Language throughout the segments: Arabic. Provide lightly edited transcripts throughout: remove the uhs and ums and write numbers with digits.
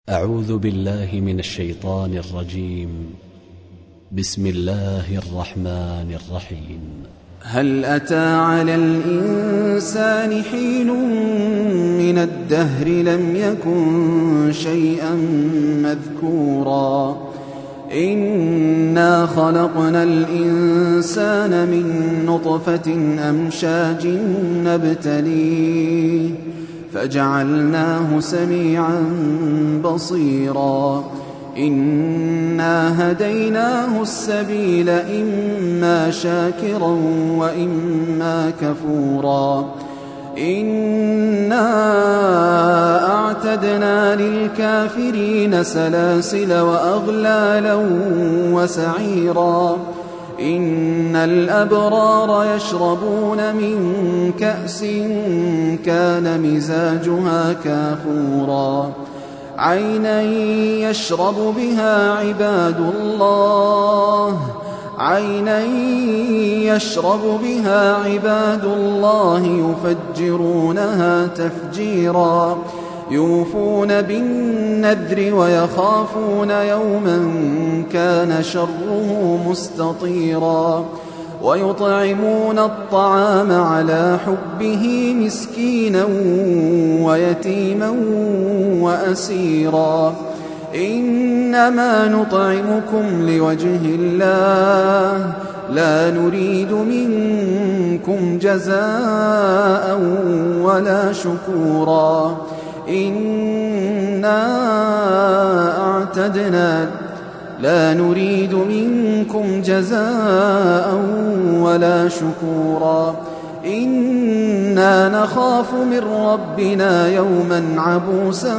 أعوذ بالله من الشيطان الرجيم. بسم الله الرحمن الرحيم. هل أتى على الإنسان حين من الدهر لم يكن شيئا مذكورا إنا خلقنا الإنسان من نطفة أمشاج نبتليه فجعلناه سميعا بصيرا إنا هديناه السبيل إما شاكرا وإما كفورا إنا أعتدنا للكافرين سلاسل وأغلالا وسعيرا إن الأبرار يشربون من كأس كان مزاجها كافورا عينا يشرب بها عباد الله يفجرونها تفجيرا يوفون بالنذر ويخافون يوما كان شره مستطيرا ويطعمون الطعام على حبه مسكينا ويتيما وأسيرا إنما نطعمكم لوجه الله لا نريد منكم جزاء ولا شكورا لا نريد منكم جزاء ولا شكورا إنا نخاف من ربنا يوما عبوسا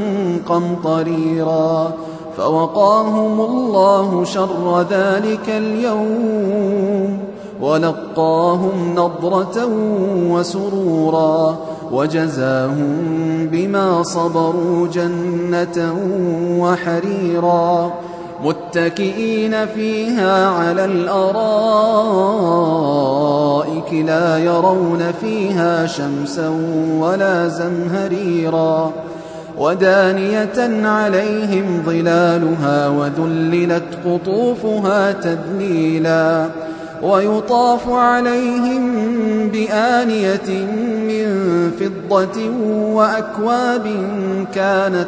قمطريرا فوقاهم الله شر ذلك اليوم ولقاهم نضرة وسرورا وجزاهم بما صبروا جنة وحريرا متكئين فيها على الأرائك لا يرون فيها شمسا ولا زمهريرا ودانية عليهم ظلالها وذللت قطوفها تذليلا ويطاف عليهم بآنية من فضة وأكواب كانت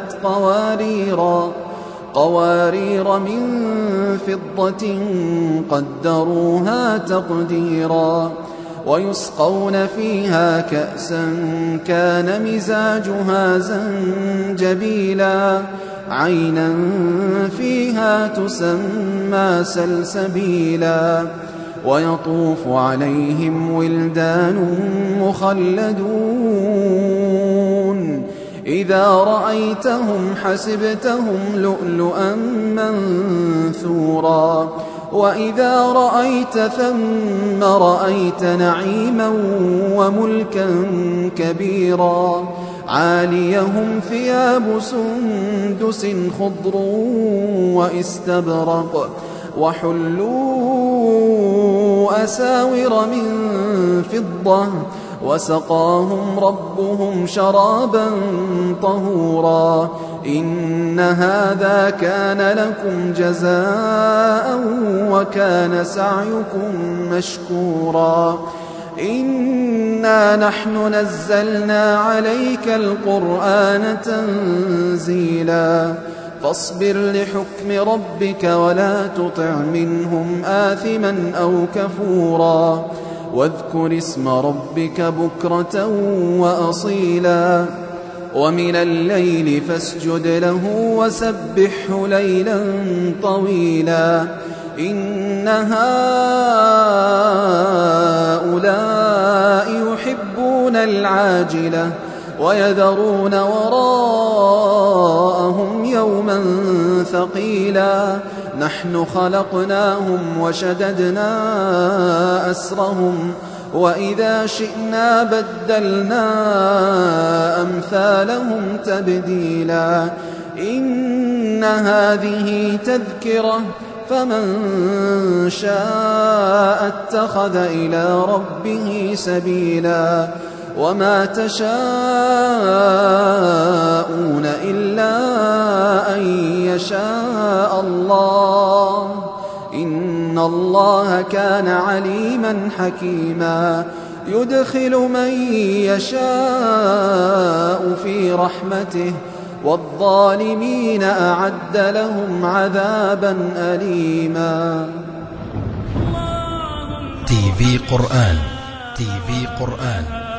قوارير من فضة قدروها تقديرا ويسقون فيها كأسا كان مزاجها زنجبيلا عينا فيها تسمى سلسبيلا ويطوف عليهم ولدان مخلدون إذا رأيتهم حسبتهم لؤلؤا منثورا وإذا رأيت ثم رأيت نعيما وملكا كبيرا عاليهم ثياب سندس خضر واستبرق وحلوا أساور من فضة وسقاهم ربهم شرابا طهورا إن هذا كان لكم جزاء وكان سعيكم مشكورا إنا نحن نزلنا عليك القرآن تنزيلا فاصبر لحكم ربك ولا تطع منهم آثما أو كفورا واذكر اسم ربك بكرة وأصيلا ومن الليل فاسجد له وسبحه ليلا طويلا إن هؤلاء يحبون العاجلة ويذرون وراءهم يوما ثقيلا نحن خلقناهم وشددنا أسرهم وإذا شئنا بدلنا أمثالهم تبديلا إن هذه تذكرة فمن شاء اتخذ إلى ربه سبيلا وما تشاءون إلا يشاء الله إن الله كان عليما حكيما يدخل من يشاء في رحمته والظالمين أعد لهم عذابا أليما. تي في قرآن